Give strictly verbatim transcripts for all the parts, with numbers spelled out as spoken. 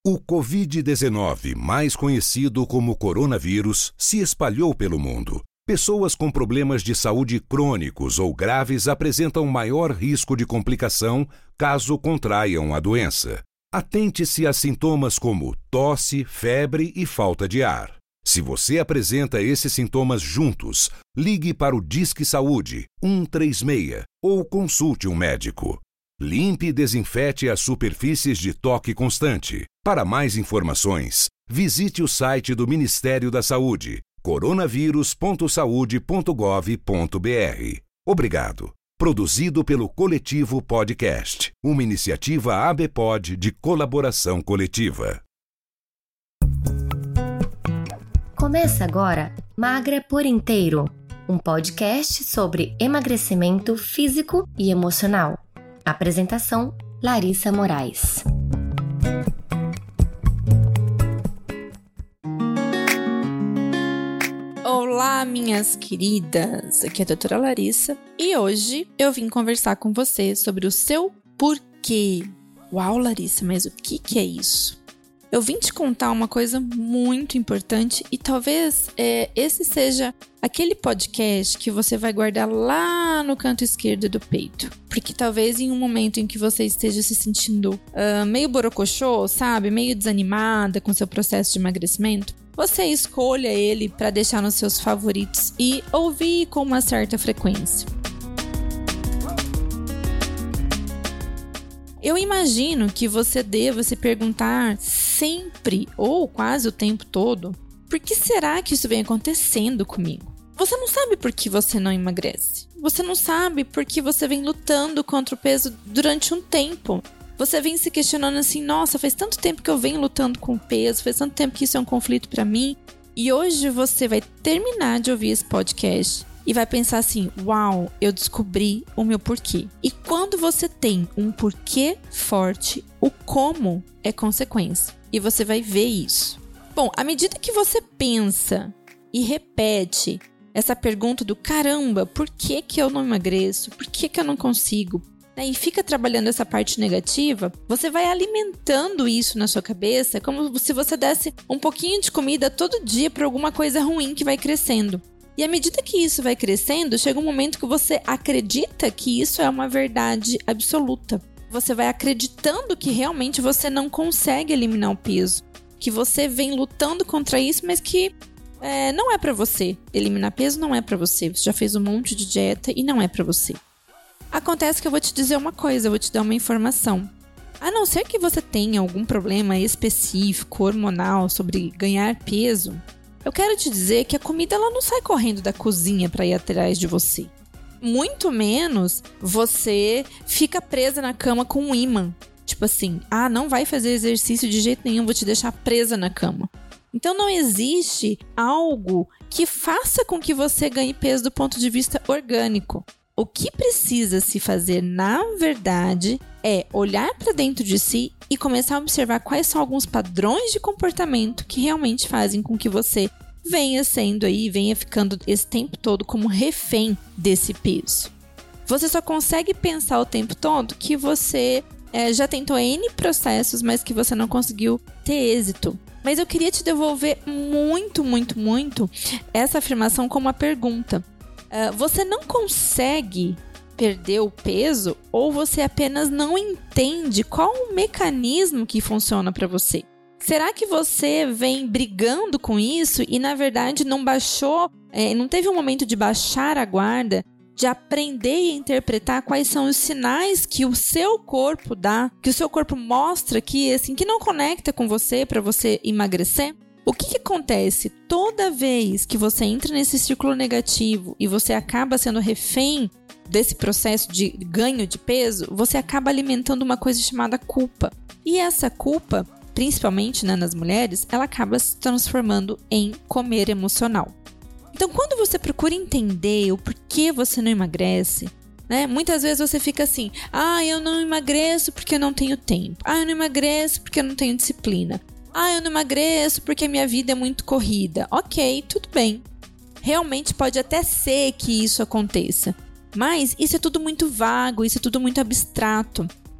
O covid dezenove, mais conhecido como coronavírus, se espalhou pelo mundo. Pessoas com problemas de saúde crônicos ou graves apresentam maior risco de complicação caso contraiam a doença. Atente-se a sintomas como tosse, febre e falta de ar. Se você apresenta esses sintomas juntos, ligue para o Disque Saúde um três seis ou consulte um médico. Limpe e desinfete as superfícies de toque constante. Para mais informações, visite o site do Ministério da Saúde, coronavírus ponto saude ponto gov ponto br. Obrigado. Produzido pelo Coletivo Podcast, uma iniciativa ABPOD de colaboração coletiva. Começa agora Magra por Inteiro, um podcast sobre emagrecimento físico e emocional. Apresentação: Larissa Moraes. Olá, minhas queridas! Aqui é a doutora Larissa e hoje eu vim conversar com você sobre o seu porquê. Uau, Larissa, mas o que, que é isso? Eu vim te contar uma coisa muito importante e talvez é, esse seja aquele podcast que você vai guardar lá no canto esquerdo do peito. Porque talvez em um momento em que você esteja se sentindo uh, meio borocochô, sabe? Meio desanimada com seu processo de emagrecimento, você escolha ele para deixar nos seus favoritos e ouvir com uma certa frequência. Eu imagino que você deva se perguntar sempre, ou quase o tempo todo, por que será que isso vem acontecendo comigo? Você não sabe por que você não emagrece. Você não sabe por que você vem lutando contra o peso durante um tempo. Você vem se questionando assim, nossa, faz tanto tempo que eu venho lutando com o peso, faz tanto tempo que isso é um conflito pra mim. E hoje você vai terminar de ouvir esse podcast e vai pensar assim, uau, eu descobri o meu porquê. E quando você tem um porquê forte, o como é consequência. E você vai ver isso. Bom, à medida que você pensa e repete essa pergunta do caramba, por que que eu não emagreço? Por que que eu não consigo? E fica trabalhando essa parte negativa, você vai alimentando isso na sua cabeça como se você desse um pouquinho de comida todo dia para alguma coisa ruim que vai crescendo. E à medida que isso vai crescendo, chega um momento que você acredita que isso é uma verdade absoluta. Você vai acreditando que realmente você não consegue eliminar o peso, que você vem lutando contra isso, mas que é, não é pra você. Eliminar peso não é pra você. Você já fez um monte de dieta e não é pra você. Acontece que eu vou te dizer uma coisa, eu vou te dar uma informação. A não ser que você tenha algum problema específico, hormonal, sobre ganhar peso, eu quero te dizer que a comida ela não sai correndo da cozinha para ir atrás de você. Muito menos você fica presa na cama com um ímã. Tipo assim, ah, não vai fazer exercício de jeito nenhum, vou te deixar presa na cama. Então não existe algo que faça com que você ganhe peso do ponto de vista orgânico. O que precisa se fazer, na verdade, é olhar para dentro de si e começar a observar quais são alguns padrões de comportamento que realmente fazem com que você venha sendo aí, venha ficando esse tempo todo como refém desse peso. Você só consegue pensar o tempo todo que você é, já tentou N processos, mas que você não conseguiu ter êxito. Mas eu queria te devolver muito, muito, muito essa afirmação com uma pergunta. Uh, você não consegue perder o peso ou você apenas não entende qual o mecanismo que funciona para você? Será que você vem brigando com isso e na verdade não baixou, é, não teve um momento de baixar a guarda, de aprender e interpretar quais são os sinais que o seu corpo dá, que o seu corpo mostra que, assim, que não conecta com você para você emagrecer? O que, que acontece? Toda vez que você entra nesse círculo negativo e você acaba sendo refém desse processo de ganho de peso, você acaba alimentando uma coisa chamada culpa. E essa culpa, principalmente, né, nas mulheres, ela acaba se transformando em comer emocional. Então, quando você procura entender o porquê você não emagrece, né, muitas vezes você fica assim, ah, eu não emagreço porque eu não tenho tempo. Ah, eu não emagreço porque eu não tenho disciplina. Ah, eu não emagreço porque a minha vida é muito corrida. Ok, tudo bem. Realmente pode até ser que isso aconteça. Mas isso é tudo muito vago, isso é tudo muito abstrato.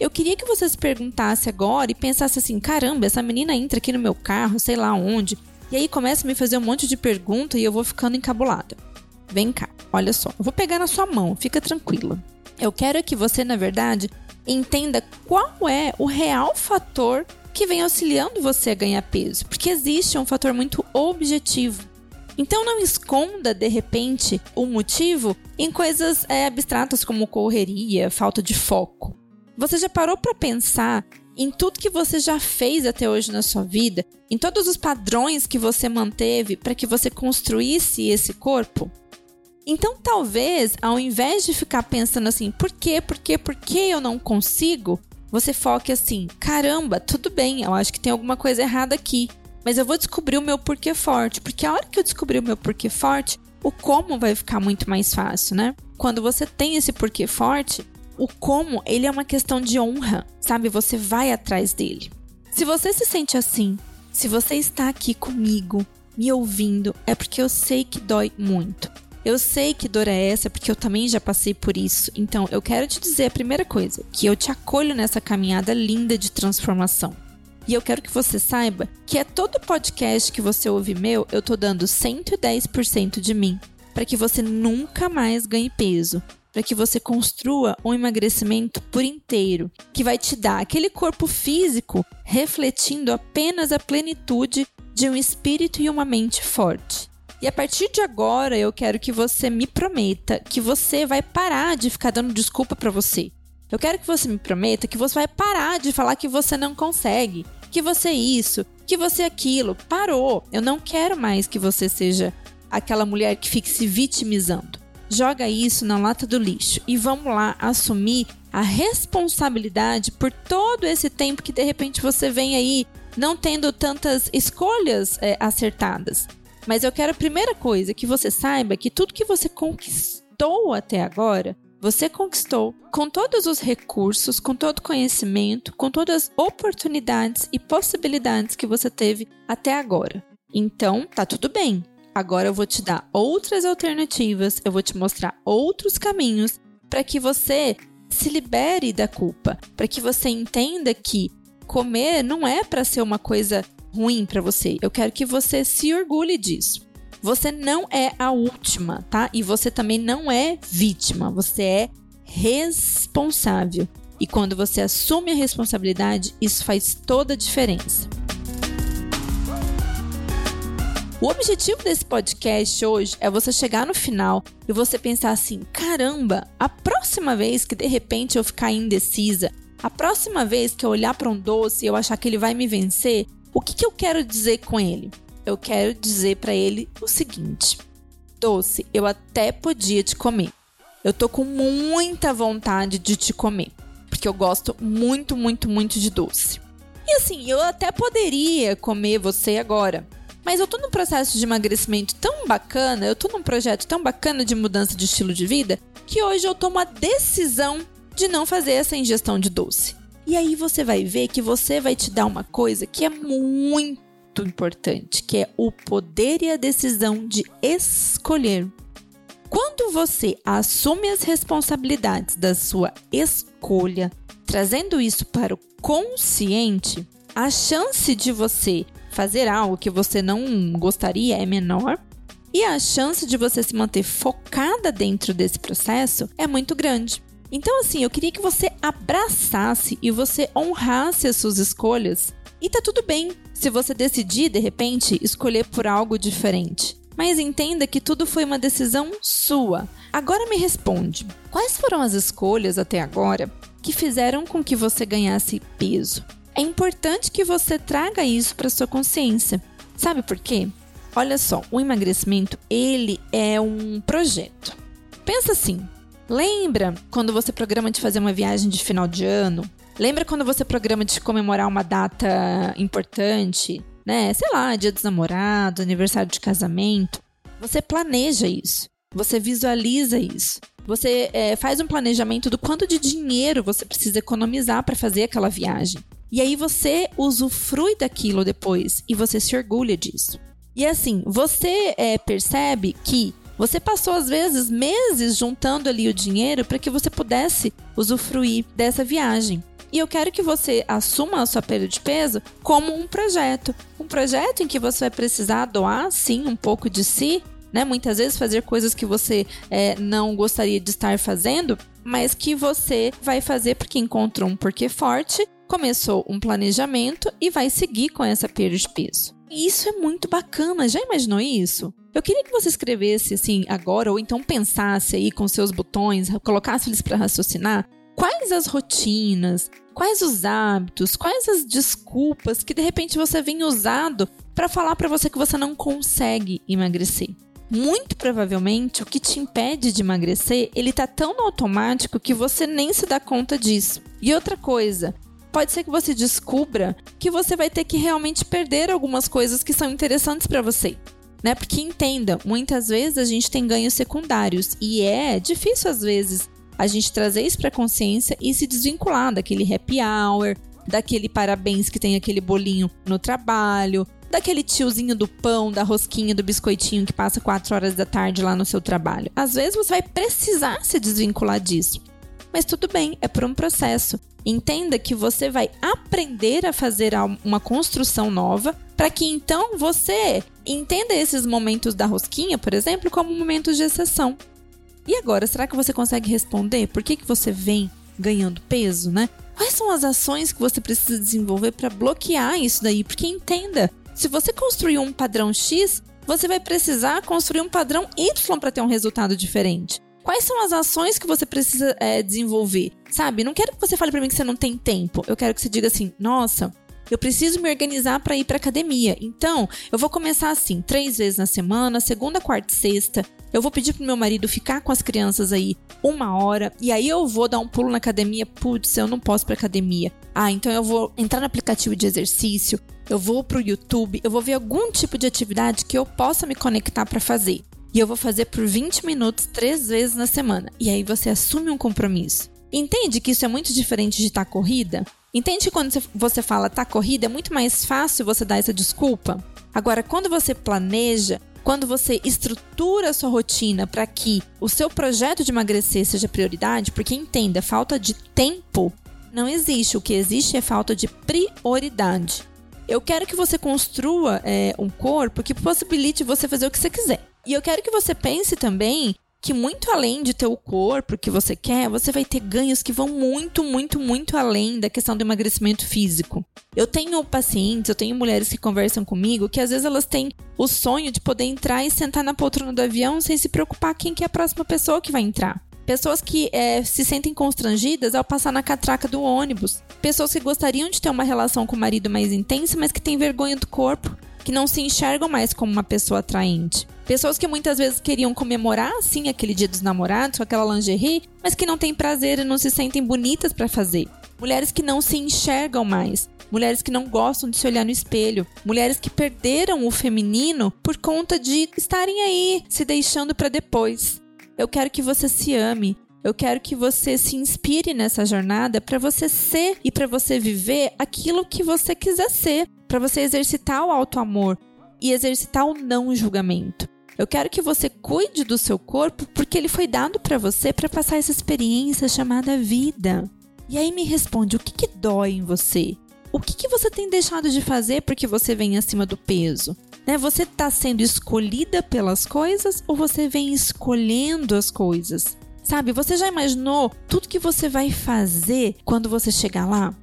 Eu queria que você se perguntasse agora e pensasse assim, caramba, essa menina entra aqui no meu carro, sei lá onde, e aí começa a me fazer um monte de perguntas e eu vou ficando encabulada. Vem cá, olha só, eu vou pegar na sua mão, fica tranquila. Eu quero que você, na verdade, entenda qual é o real fator que vem auxiliando você a ganhar peso, porque existe um fator muito objetivo. Então não esconda, de repente, o motivo em coisas é, abstratas como correria, falta de foco. Você já parou para pensar em tudo que você já fez até hoje na sua vida, em todos os padrões que você manteve para que você construísse esse corpo? Então talvez, ao invés de ficar pensando assim, por quê, por quê, por que eu não consigo? Você foque assim, caramba, tudo bem, eu acho que tem alguma coisa errada aqui, mas eu vou descobrir o meu porquê forte, porque a hora que eu descobrir o meu porquê forte, o como vai ficar muito mais fácil, né? Quando você tem esse porquê forte, o como, ele é uma questão de honra, sabe? Você vai atrás dele. Se você se sente assim, se você está aqui comigo, me ouvindo, é porque eu sei que dói muito. Eu sei que dor é essa, porque eu também já passei por isso. Então, eu quero te dizer a primeira coisa, que eu te acolho nessa caminhada linda de transformação. E eu quero que você saiba que a todo podcast que você ouve meu, eu tô dando cento e dez por cento de mim, para que você nunca mais ganhe peso, para que você construa um emagrecimento por inteiro, que vai te dar aquele corpo físico refletindo apenas a plenitude de um espírito e uma mente forte. E a partir de agora, eu quero que você me prometa que você vai parar de ficar dando desculpa para você. Eu quero que você me prometa que você vai parar de falar que você não consegue, que você é isso, que você é aquilo. Parou! Eu não quero mais que você seja aquela mulher que fique se vitimizando. Joga isso na lata do lixo e vamos lá assumir a responsabilidade por todo esse tempo que de repente você vem aí não tendo tantas escolhas é, acertadas. Mas eu quero a primeira coisa, que você saiba que tudo que você conquistou até agora, você conquistou com todos os recursos, com todo o conhecimento, com todas as oportunidades e possibilidades que você teve até agora. Então, tá tudo bem. Agora eu vou te dar outras alternativas, eu vou te mostrar outros caminhos para que você se libere da culpa, para que você entenda que comer não é para ser uma coisa ruim para você. Eu quero que você se orgulhe disso. Você não é a última, tá? E você também não é vítima. Você é responsável. E quando você assume a responsabilidade, isso faz toda a diferença. O objetivo desse podcast hoje é você chegar no final e você pensar assim, caramba, a próxima vez que de repente eu ficar indecisa, a próxima vez que eu olhar para um doce e eu achar que ele vai me vencer, o que, que eu quero dizer com ele? Eu quero dizer para ele o seguinte: doce, eu até podia te comer. Eu tô com muita vontade de te comer, porque eu gosto muito, muito, muito de doce. E assim, eu até poderia comer você agora, mas eu tô num processo de emagrecimento tão bacana, eu tô num projeto tão bacana de mudança de estilo de vida, que hoje eu tomo a decisão de não fazer essa ingestão de doce. E aí você vai ver que você vai te dar uma coisa que é muito importante, que é o poder e a decisão de escolher. Quando você assume as responsabilidades da sua escolha, trazendo isso para o consciente, a chance de você fazer algo que você não gostaria é menor e a chance de você se manter focada dentro desse processo é muito grande. Então, assim, eu queria que você abraçasse e você honrasse as suas escolhas. E tá tudo bem se você decidir, de repente, escolher por algo diferente. Mas entenda que tudo foi uma decisão sua. Agora me responde, quais foram as escolhas até agora que fizeram com que você ganhasse peso? É importante que você traga isso para sua consciência. Sabe por quê? Olha só, o emagrecimento, ele é um projeto. Pensa assim. Lembra quando você programa de fazer uma viagem de final de ano? Lembra quando você programa de comemorar uma data importante? Né? Sei lá, dia dos namorados, aniversário de casamento. Você planeja isso. Você visualiza isso. Você é, faz um planejamento do quanto de dinheiro você precisa economizar para fazer aquela viagem. E aí você usufrui daquilo depois e você se orgulha disso. E assim, você é, percebe que você passou, às vezes, meses juntando ali o dinheiro para que você pudesse usufruir dessa viagem. E eu quero que você assuma a sua perda de peso como um projeto. Um projeto em que você vai precisar doar, sim, um pouco de si, né? Muitas vezes fazer coisas que você é, não gostaria de estar fazendo, mas que você vai fazer porque encontrou um porquê forte, começou um planejamento e vai seguir com essa perda de peso. E isso é muito bacana, já imaginou isso? Eu queria que você escrevesse assim agora, ou então pensasse aí com seus botões, colocasse eles para raciocinar, quais as rotinas, quais os hábitos, quais as desculpas que de repente você vem usado para falar para você que você não consegue emagrecer. Muito provavelmente o que te impede de emagrecer, ele tá tão no automático que você nem se dá conta disso. E outra coisa, pode ser que você descubra que você vai ter que realmente perder algumas coisas que são interessantes para você. Né? Porque entenda, muitas vezes a gente tem ganhos secundários e é difícil às vezes a gente trazer isso para a consciência e se desvincular daquele happy hour, daquele parabéns que tem aquele bolinho no trabalho, daquele tiozinho do pão, da rosquinha, do biscoitinho que passa quatro horas da tarde lá no seu trabalho. Às vezes você vai precisar se desvincular disso. Mas tudo bem, é por um processo. Entenda que você vai aprender a fazer uma construção nova para que então você entenda esses momentos da rosquinha, por exemplo, como momentos de exceção. E agora, será que você consegue responder por que que você vem ganhando peso, né? Quais são as ações que você precisa desenvolver para bloquear isso daí? Porque entenda, se você construir um padrão X, você vai precisar construir um padrão Y para ter um resultado diferente. Quais são as ações que você precisa é, desenvolver? Sabe, não quero que você fale para mim que você não tem tempo. Eu quero que você diga assim, nossa, eu preciso me organizar para ir para academia. Então, eu vou começar assim, três vezes na semana, segunda, quarta e sexta. Eu vou pedir pro meu marido ficar com as crianças aí uma hora. E aí eu vou dar um pulo na academia. Putz, eu não posso ir pra academia. Ah, então eu vou entrar no aplicativo de exercício. Eu vou pro YouTube. Eu vou ver algum tipo de atividade que eu possa me conectar para fazer. E eu vou fazer por vinte minutos, três vezes na semana. E aí você assume um compromisso. Entende que isso é muito diferente de estar corrida? Entende que quando você fala tá corrida, é muito mais fácil você dar essa desculpa? Agora, quando você planeja, quando você estrutura a sua rotina para que o seu projeto de emagrecer seja prioridade, porque entenda, falta de tempo não existe. O que existe é falta de prioridade. Eu quero que você construa é, um corpo que possibilite você fazer o que você quiser. E eu quero que você pense também que muito além de ter o corpo que você quer, você vai ter ganhos que vão muito, muito, muito além da questão do emagrecimento físico. Eu tenho pacientes, eu tenho mulheres que conversam comigo que às vezes elas têm o sonho de poder entrar e sentar na poltrona do avião sem se preocupar quem que é a próxima pessoa que vai entrar. Pessoas que é, se sentem constrangidas ao passar na catraca do ônibus. Pessoas que gostariam de ter uma relação com o marido mais intensa, mas que têm vergonha do corpo, que não se enxergam mais como uma pessoa atraente. Pessoas que muitas vezes queriam comemorar, sim, aquele dia dos namorados, com aquela lingerie, mas que não têm prazer e não se sentem bonitas para fazer. Mulheres que não se enxergam mais. Mulheres que não gostam de se olhar no espelho. Mulheres que perderam o feminino por conta de estarem aí, se deixando para depois. Eu quero que você se ame. Eu quero que você se inspire nessa jornada para você ser e para você viver aquilo que você quiser ser. Para você exercitar o auto-amor e exercitar o não julgamento. Eu quero que você cuide do seu corpo porque ele foi dado para você para passar essa experiência chamada vida. E aí me responde, o que que dói em você? O que que você tem deixado de fazer porque você vem acima do peso? Né? Você está sendo escolhida pelas coisas ou você vem escolhendo as coisas? Sabe, você já imaginou tudo que você vai fazer quando você chegar lá?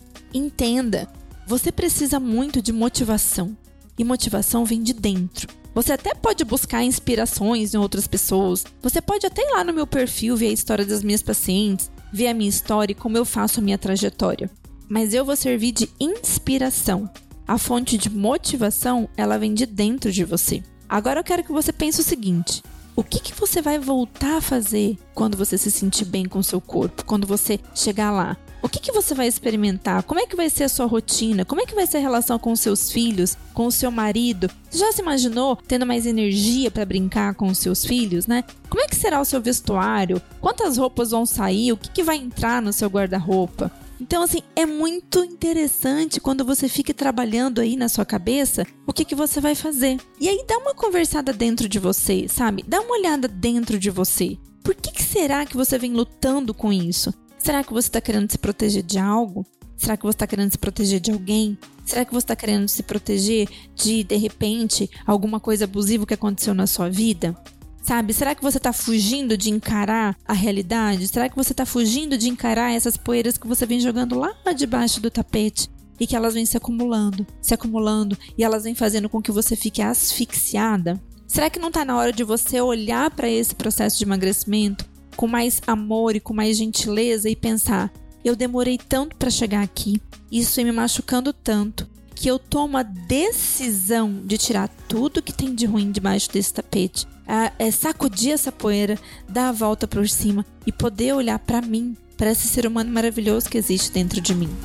Entenda, você precisa muito de motivação. E motivação vem de dentro. Você até pode buscar inspirações em outras pessoas. Você pode até ir lá no meu perfil ver a história das minhas pacientes, ver a minha história e como eu faço a minha trajetória. Mas eu vou servir de inspiração. A fonte de motivação, ela vem de dentro de você. Agora eu quero que você pense o seguinte. O que que você vai voltar a fazer quando você se sentir bem com o seu corpo? Quando você chegar lá? O que que você vai experimentar? Como é que vai ser a sua rotina? Como é que vai ser a relação com os seus filhos? Com o seu marido? Você já se imaginou tendo mais energia para brincar com os seus filhos, né? Como é que será o seu vestuário? Quantas roupas vão sair? O que que vai entrar no seu guarda-roupa? Então, assim, é muito interessante quando você fica trabalhando aí na sua cabeça o que que você vai fazer. E aí dá uma conversada dentro de você, sabe? Dá uma olhada dentro de você. Por que que será que você vem lutando com isso? Será que você está querendo se proteger de algo? Será que você está querendo se proteger de alguém? Será que você está querendo se proteger de, de repente, alguma coisa abusiva que aconteceu na sua vida? Sabe, será que você está fugindo de encarar a realidade? Será que você está fugindo de encarar essas poeiras que você vem jogando lá debaixo do tapete e que elas vêm se acumulando, se acumulando e elas vêm fazendo com que você fique asfixiada? Será que não está na hora de você olhar para esse processo de emagrecimento com mais amor e com mais gentileza e pensar: eu demorei tanto para chegar aqui, isso vem me machucando tanto, que eu tomo a decisão de tirar tudo que tem de ruim debaixo desse tapete, é sacudir essa poeira, dar a volta por cima e poder olhar para mim, para esse ser humano maravilhoso que existe dentro de mim.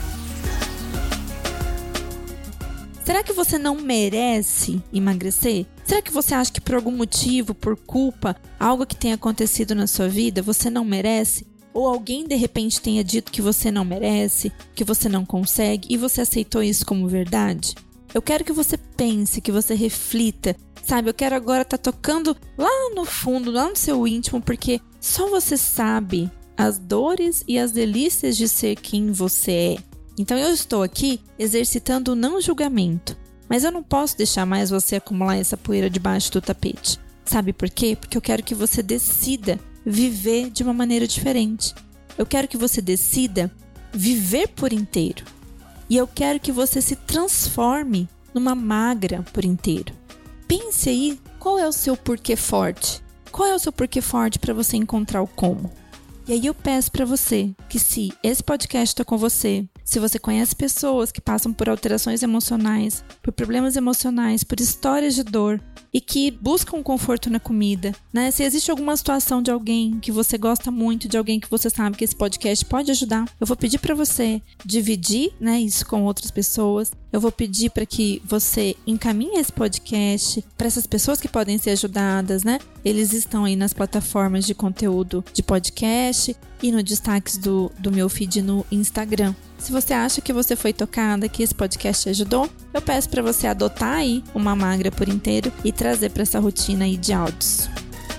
Será que você não merece emagrecer? Será que você acha que por algum motivo, por culpa, algo que tenha acontecido na sua vida, você não merece? Ou alguém de repente tenha dito que você não merece, que você não consegue e você aceitou isso como verdade? Eu quero que você pense, que você reflita, sabe? Eu quero agora estar tá tocando lá no fundo, lá no seu íntimo, porque só você sabe as dores e as delícias de ser quem você é. Então eu estou aqui exercitando o não julgamento, mas eu não posso deixar mais você acumular essa poeira debaixo do tapete. Sabe por quê? Porque eu quero que você decida viver de uma maneira diferente. Eu quero que você decida viver por inteiro. E eu quero que você se transforme numa magra por inteiro. Pense aí, qual é o seu porquê forte? Qual é o seu porquê forte para você encontrar o como? E aí eu peço para você que, se esse podcast está com você, se você conhece pessoas que passam por alterações emocionais, por problemas emocionais, por histórias de dor e que buscam conforto na comida, né? Se existe alguma situação de alguém que você gosta muito, de alguém que você sabe que esse podcast pode ajudar, eu vou pedir para você dividir, né, isso com outras pessoas. Eu vou pedir para que você encaminhe esse podcast para essas pessoas que podem ser ajudadas, né? Eles estão aí nas plataformas de conteúdo de podcast e no destaques do, do meu feed no Instagram. Se você acha que você foi tocada, que esse podcast te ajudou, eu peço para você adotar aí uma magra por inteiro e trazer para essa rotina aí de áudios.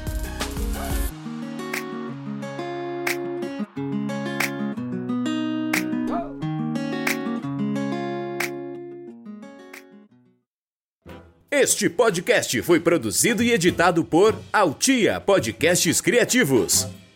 Este podcast foi produzido e editado por Altia Podcasts Criativos.